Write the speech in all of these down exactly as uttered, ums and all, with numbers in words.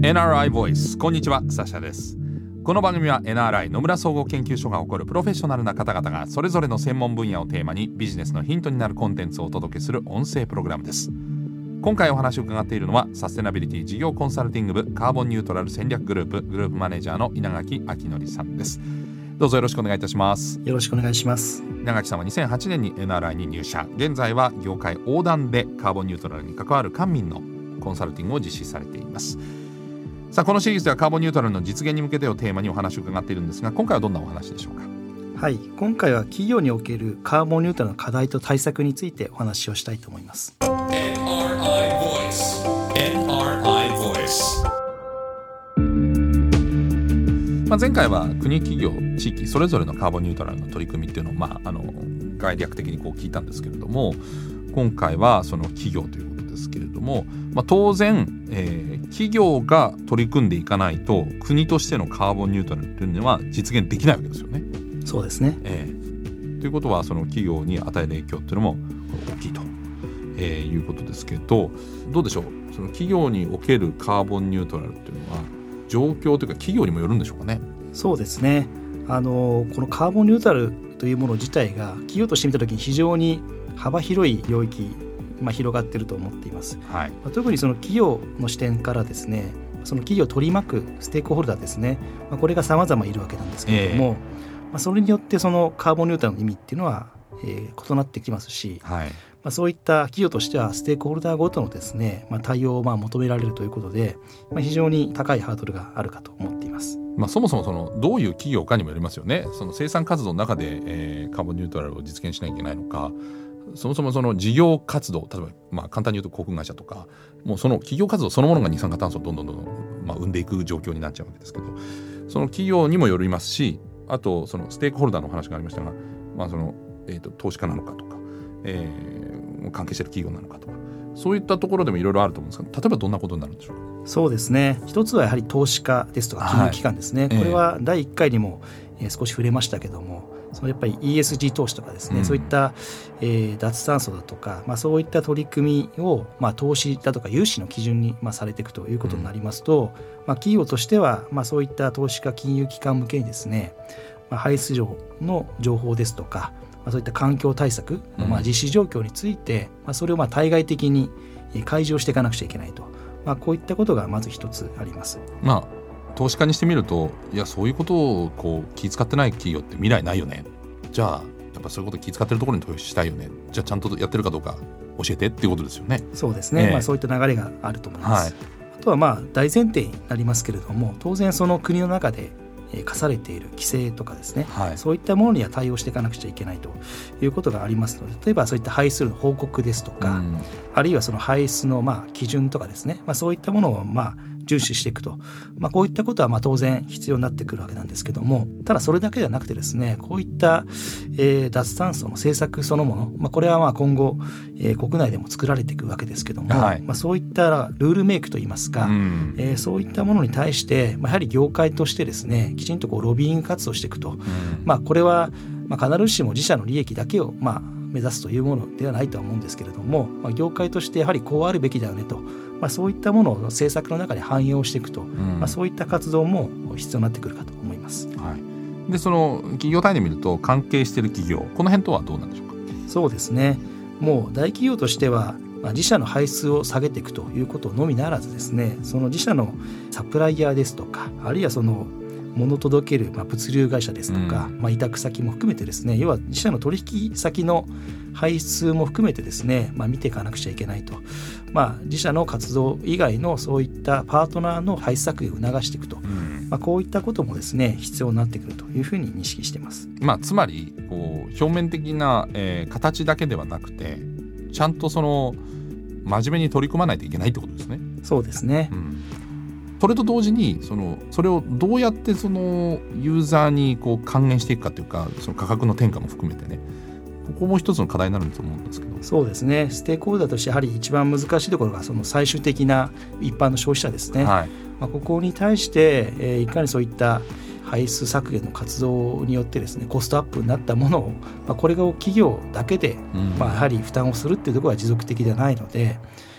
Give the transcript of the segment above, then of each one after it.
エヌアールアイ ボイス、こんにちは、サシャです。この番組は エヌアールアイ 野村総合研究所が誇るプロフェッショナルな方々がそれぞれの専門分野をテーマにビジネスのヒントになるコンテンツをお届けする音声プログラムです。今回お話を伺っているのはサステナビリティ事業コンサルティング部カーボンニュートラル戦略グループグループマネージャーの稲垣昭則さんです。どうぞよろしくお願いいたします。 よろしくお願いします。 稲垣さんはにせんはちねんに エヌアールアイ に入社、現在は業界横断でカーボンニュートラルに関わる官民のコンサルティングを実施されています。さあ、このシリーズではカーボンニュートラルの実現に向けてをテーマにお話を伺っているんですが、今回はどんなお話でしょうか。 はい、今回は企業におけるカーボンニュートラルの課題と対策についてお話をしたいと思います。 エヌアールアイ Voice エヌアールアイ Voice、まあ、前回は国企業地域それぞれのカーボンニュートラルの取り組みっていうのを、まあ、あの概略的にこう聞いたんですけれども、今回はその企業ということですけれども、まあ、当然、えー、企業が取り組んでいかないと国としてのカーボンニュートラルというのは実現できないわけですよね。 そうですね、 えー、ということはその企業に与える影響というのも大きいと、えー、いうことですけど、どうでしょう、その企業におけるカーボンニュートラルというのは状況というか企業にもよるんでしょうかね。 そうですね、あのこのカーボンニュートラルというもの自体が企業として見たときに非常に幅広い領域、まあ、広がっていると思っています、はい。まあ、特にその企業の視点からですね、その企業を取り巻くステークホルダーですね、まあ、これが様々いるわけなんですけれども、えーまあ、それによってそのカーボンニュートラルの意味っていうのは、えー、異なってきますし、はい、まあ、そういった企業としてはステークホルダーごとのですね、まあ、対応をまあ求められるということで、まあ、非常に高いハードルがあるかと思っています。 まあ、そもそもそのどういう企業かにもよりますよね。その生産活動の中で、えー、カーボンニュートラルを実現しなきゃいけないのか、そもそもその事業活動、例えばまあ簡単に言うと航空会社とか、もうその企業活動そのものが二酸化炭素をどんどんどんどんまあ生んでいく状況になっちゃうわけですけど、その企業にもよりますし、あとそのステークホルダーの話がありましたが、まあそのえーと投資家なのかとか、えー、関係している企業なのかとか、そういったところでもいろいろあると思うんですが、例えばどんなことになるんでしょうか。 そうですね、一つはやはり投資家ですとか金融機関ですね、はい、これはだいいっかいにも少し触れましたけども、そのやっぱり イーエスジー 投資とかですね、うん、そういった、えー、脱炭素だとか、まあ、そういった取り組みを、まあ、投資だとか融資の基準に、まあ、されていくということになりますと、うん、まあ、企業としては、まあ、そういった投資家金融機関向けにですね、まあ、排出量の情報ですとか、まあ、そういった環境対策の、まあ、実施状況について、まあ、それをまあ対外的に開示をしていかなくちゃいけないと、まあ、こういったことがまず一つあります。 まあ投資家にしてみると、いやそういうことをこう気遣ってない企業って未来ないよね、じゃあやっぱそういうこと気遣ってるところに投資したいよね、じゃあちゃんとやってるかどうか教えてっていうことですよね。 そうですね、えーまあ、そういった流れがあると思います、はい。あとはまあ大前提になりますけれども、当然その国の中で課されている規制とかですね、はい、そういったものには対応していかなくちゃいけないということがありますので、例えばそういった排出量の報告ですとか、うん、あるいはその排出のまあ基準とかですね、まあ、そういったものをまあ遵守していくと、まあ、こういったことはまあ当然必要になってくるわけなんですけども、ただそれだけではなくてですね、こういった、えー、脱炭素の政策そのもの、まあ、これはまあ今後、えー、国内でも作られていくわけですけども、はい、まあ、そういったルールメイクといいますか、うん、えー、そういったものに対して、まあ、やはり業界としてですね、きちんとこうロビーイング活動していくと、うん、まあ、これはまあ必ずしも自社の利益だけをまあ目指すというものではないとは思うんですけれども、まあ、業界としてやはりこうあるべきだよねと、まあ、そういったものを政策の中で反映をしていくと、うん、まあ、そういった活動も必要になってくるかと思います、 はい。でその企業単位で見ると関係している企業、この辺とはどうなんでしょうか。 そうですね、もう大企業としては、まあ、自社の排出を下げていくということのみならずですね、その自社のサプライヤーですとか、あるいはその物届ける、まあ、物流会社ですとか、うん、まあ、委託先も含めてですね、要は自社の取引先の排出も含めてですね、まあ、見ていかなくちゃいけないと、まあ、自社の活動以外のそういったパートナーの排出削減を促していくと、うん、まあ、こういったこともですね必要になってくるというふうに認識しています。 まあ、つまりこう表面的な、えー、形だけではなくて、ちゃんとその真面目に取り組まないといけないってことですね。 そうですね、うん。 それと同時にそのそれをどうやってそのユーザーにこう還元していくかというか、その価格の転嫁も含めてね、ここも一つの課題になると思うんですけど。 そうですね、ステークホルダーとしてやはり一番難しいところがその最終的な一般の消費者ですね、はい。まあ、ここに対して、えー、いかにそういった排出削減の活動によってですねコストアップになったものを、まあ、これが企業だけで、うん、まあ、やはり負担をするっていうところは持続的ではないので、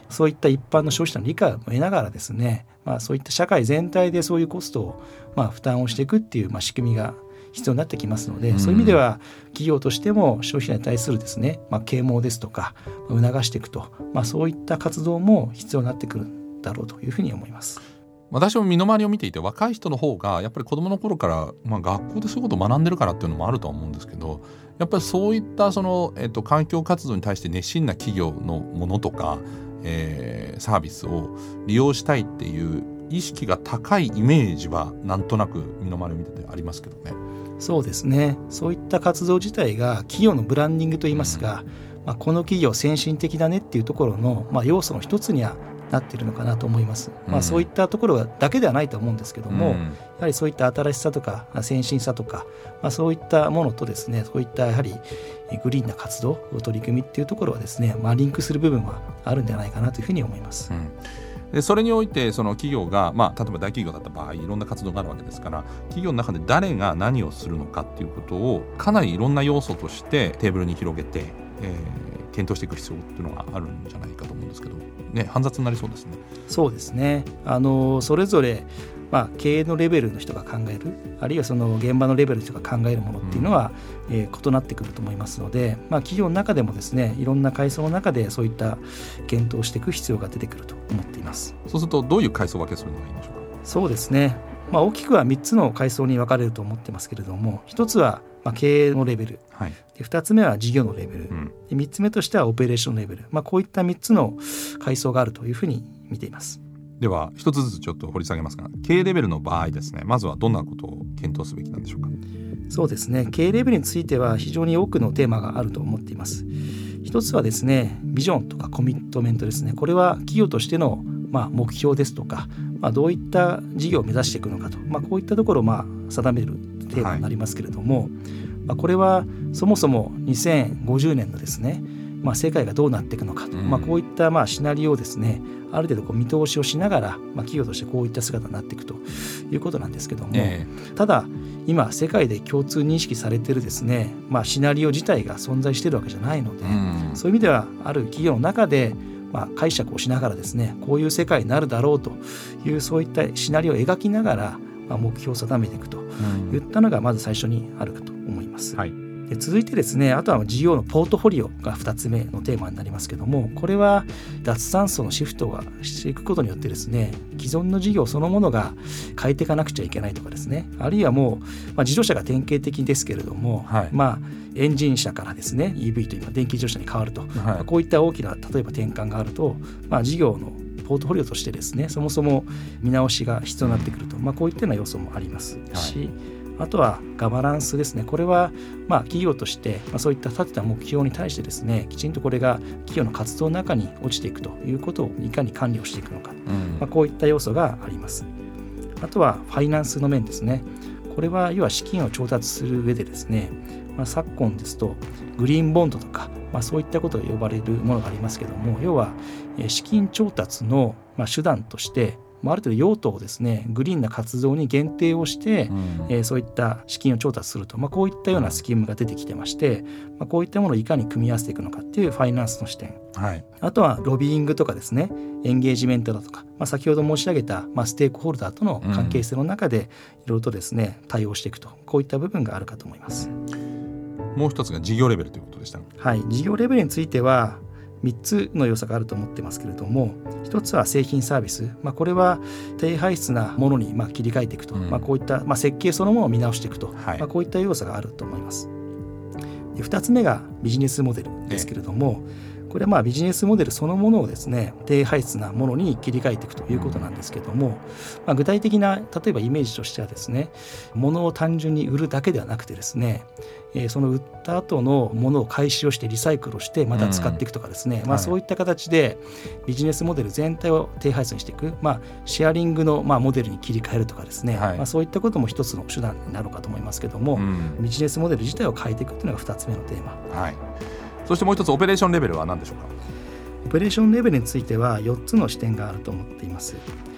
そういった一般の消費者の理解を得ながらですね、まあ、そういった社会全体でそういうコストをまあ負担をしていくっていう、まあ、仕組みが必要になってきますので、うん、そういう意味では企業としても消費者に対するですね、まあ、啓蒙ですとか促していくと、まあ、そういった活動も必要になってくるんだろうというふうに思います。 私も身の回りを見ていて、若い人の方がやっぱり子どもの頃から、まあ、学校でそういうことを学んでるからっていうのもあるとは思うんですけど、やっぱりそういったその、えっと、環境活動に対して熱心な企業のものとか、えー、サービスを利用したいっていう意識が高いイメージはなんとなく身の回りを見ててありますけどね。 そうですね。そういった活動自体が企業のブランディングといいますが、うん、まあ、この企業先進的だねっていうところの、まあ、要素の一つにはなっているのかなと思います、うん、まあ、そういったところだけではないと思うんですけども、うん、やはりそういった新しさとか先進さとか、まあ、そういったものとですね、そういったやはりグリーンな活動取り組みっていうところはですね、まあ、リンクする部分はあるんじゃないかなというふうに思います、 うん、でそれにおいてその企業が、まあ、例えば大企業だった場合いろんな活動があるわけですから、企業の中で誰が何をするのかっていうことをかなりいろんな要素としてテーブルに広げて、えー、検討していく必要っていうのがあるんじゃないかと思うんですけどね、煩雑になりそうですね。 そうですね。あのそれぞれ、まあ、経営のレベルの人が考える、あるいはその現場のレベルの人が考えるものっていうのは、うん、えー、異なってくると思いますので、まあ、企業の中でもですね、いろんな階層の中でそういった検討をしていく必要が出てくると思っています。 そうするとどういう階層分けするのがいいんでしょうか。 そうですね、まあ、大きくはみっつの階層に分かれると思ってますけれども、ひとつはまあ経営のレベル、はい、でふたつめは事業のレベル、うん、でみっつめとしてはオペレーションレベル、まあ、こういったみっつの階層があるというふうに見ています。 では一つずつちょっと掘り下げますが、経営レベルの場合ですね、まずはどんなことを検討すべきなんでしょうか。 そうですね、経営レベルについては非常に多くのテーマがあると思っています。一つはですね、ビジョンとかコミットメントですね。これは企業としてのまあ目標ですとか、まあ、どういった事業を目指していくのかと、まあ、こういったところをまあ定めるテーマになりますけれども、はい、まあ、これはそもそもにせんごじゅうねんのですね、まあ、世界がどうなっていくのかと、うん、まあ、こういったまあシナリオをですね、ある程度こう見通しをしながら、まあ、企業としてこういった姿になっていくということなんですけども、えー、ただ今世界で共通認識されているですね、まあ、シナリオ自体が存在しているわけじゃないので、うん、そういう意味ではある企業の中でまあ解釈をしながらですね、こういう世界になるだろうというそういったシナリオを描きながら、まあ、目標を定めていくといったのがまず最初にあるかと思います、はい。で続いてですね、あとは事業のポートフォリオがふたつめのテーマになりますけども、これは脱炭素のシフトがしていくことによってですね、既存の事業そのものが変えていかなくちゃいけないとかですね、あるいはもう、まあ、自動車が典型的ですけれども、はい、まあエンジン車からですね イーブイ というのは電気自動車に変わると、はい、まあ、こういった大きな例えば転換があると、まあ、事業のポートフォリオとしてですね、そもそも見直しが必要になってくると、まあ、こういったような要素もありますし、はい、あとはガバナンスですね。これはまあ企業としてまあそういった立てた目標に対してですね、きちんとこれが企業の活動の中に落ちていくということをいかに管理をしていくのか、うん、まあ、こういった要素があります。あとはファイナンスの面ですね。これは要は資金を調達する上でですね、まあ、昨今ですとグリーンボンドとか、まあ、そういったことを呼ばれるものがありますけども、要は資金調達のまあ手段としてある程度用途をですね、グリーンな活動に限定をして、うん、えー、そういった資金を調達すると、まあ、こういったようなスキームが出てきてまして、まあ、こういったものをいかに組み合わせていくのかっていうファイナンスの視点、はい、あとはロビーングとかですね、エンゲージメントだとか、まあ、先ほど申し上げた、まあ、ステークホルダーとの関係性の中でいろいろとですね、対応していくと、こういった部分があるかと思います。 もう一つが事業レベルということでした。 はい、事業レベルについてはみっつの要素があると思ってますけれども、ひとつは製品サービス、まあ、これは低排出なものにまあ切り替えていくと、うん、まあ、こういったまあ設計そのものを見直していくと、はい、まあ、こういった要素があると思います。でふたつめがビジネスモデルですけれども、えこれはまあビジネスモデルそのものをですね、低排出なものに切り替えていくということなんですけども、まあ、具体的な例えばイメージとしてはですね、物を単純に売るだけではなくてですね、えー、その売った後のものを回収をしてリサイクルをしてまた使っていくとかですね、うん、まあ、そういった形でビジネスモデル全体を低排出にしていく、まあ、シェアリングのまあモデルに切り替えるとかですね、はい、まあ、そういったことも一つの手段になるかと思いますけども、うん、ビジネスモデル自体を変えていくというのがふたつめのテーマ、 はい。そしてもう一つオペレーションレベルは何でしょうか。 オペレーションレベルについてはよっつの視点があると思っています。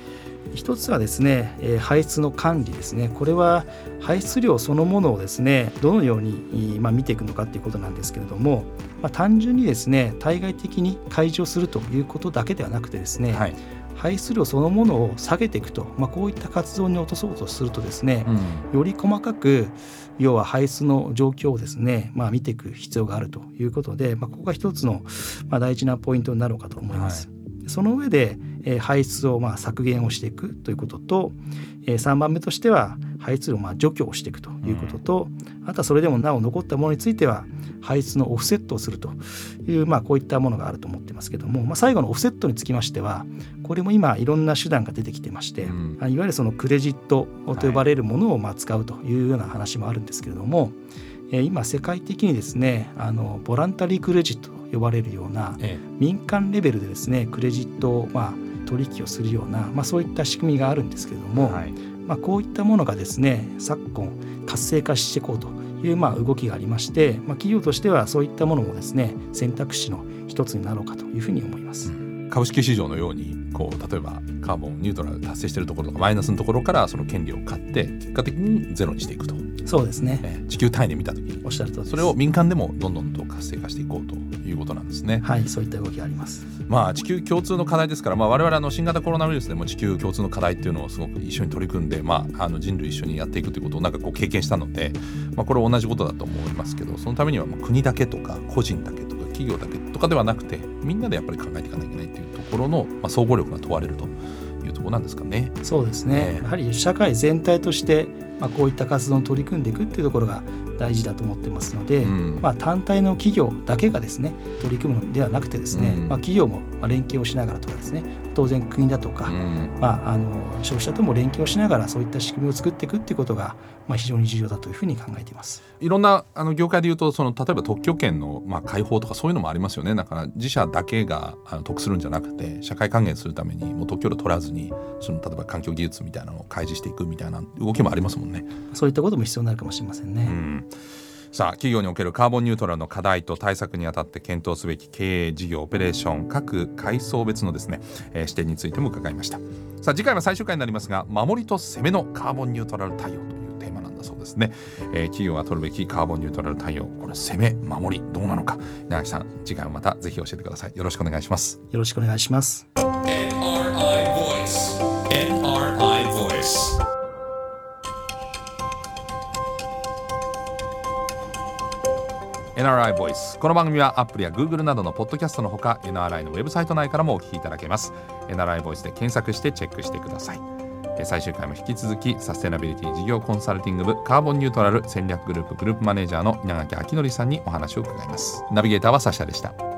一つはですね、えー、排出の管理ですね。これは排出量そのものをですねどのように、まあ、見ていくのかということなんですけれども、まあ、単純にですね対外的に開示をするということだけではなくてですね、はい、排出量そのものを下げていくと、まあ、こういった活動に落とそうとするとですね、うん、より細かく要は排出の状況をですね、まあ、見ていく必要があるということで、まあ、ここが一つの、まあ、大事なポイントになるのかと思います。はい、その上で、えー、排出をまあ削減をしていくということと、えー、さんばんめとしては排出量をまあ除去をしていくということと、うん、あとはそれでもなお残ったものについては排出のオフセットをするという、まあ、こういったものがあると思ってますけども、まあ、最後のオフセットにつきましてはこれも今いろんな手段が出てきてまして、うん、いわゆるそのクレジットと呼ばれるものをまあ使うというような話もあるんですけれども、えー、今世界的にですねあのボランタリークレジットと呼ばれるような、ええ、民間レベルでですねクレジットをまあ取引をするような、まあ、そういった仕組みがあるんですけれども、はい、まあ、こういったものがですね昨今活性化していこうというまあ動きがありまして、まあ、企業としてはそういったものもですね選択肢の一つになろうかというふうに思います。うん、 株式市場のようにこう例えばカーボンニュートラル達成しているところとかマイナスのところからその権利を買って結果的にゼロにしていくと。 そうですね、 えー、地球単位で見たときにおっしゃるとおりです。 それを民間でもどんどんと活性化していこうということなんですね。 はい、そういった動きがあります。 まあ、地球共通の課題ですから、まあ、我々あの新型コロナウイルスでも地球共通の課題っていうのをすごく一緒に取り組んで、まあ、あの人類一緒にやっていくということをなんかこう経験したので、まあ、これは同じことだと思いますけど、そのためにはもう国だけとか個人だけとか企業だけとかではなくてみんなでやっぱり考えていかなきゃいけないというところの、まあ、総合力が問われるというところなんですかね。 そうですね、えー、やはり社会全体としてまあ、こういった活動に取り組んでいくっていうところが大事だと思ってますので、うん、まあ、単体の企業だけがですね取り組むのではなくてですね、うん、まあ、企業も連携をしながらとかですね当然国だとか、うん、まあ、あの消費者とも連携をしながらそういった仕組みを作っていくっていうことが、まあ、非常に重要だというふうに考えています。 いろんなあの業界でいうとその例えば特許権のまあ解放とかそういうのもありますよね。だから自社だけがあの得するんじゃなくて社会還元するためにもう特許料取らずにその例えば環境技術みたいなのを開示していくみたいな動きもありますもんね。 そういったことも必要になるかもしれませんね。 うん、さあ企業におけるカーボンニュートラルの課題と対策にあたって検討すべき経営事業オペレーション各階層別のですね、えー、視点についても伺いました。さあ次回は最終回になりますが守りと攻めのカーボンニュートラル対応というテーマなんだそうですね。えー、企業が取るべきカーボンニュートラル対応、これ攻め守りどうなのか、稲垣さん次回もまたぜひ教えてください。よろしくお願いします。 よろしくお願いします。 エヌアールアイ Voice エヌアールアイ Voice エヌアールアイ Voice。 この番組はアップルや Google などのポッドキャストのほか エヌアールアイ のウェブサイト内からもお聞きいただけます。 エヌアールアイ Voice で検索してチェックしてください。最終回も引き続きサステナビリティ事業コンサルティング部カーボンニュートラル戦略グループグループマネージャーの稲垣昭則さんにお話を伺います。ナビゲーターはサシャでした。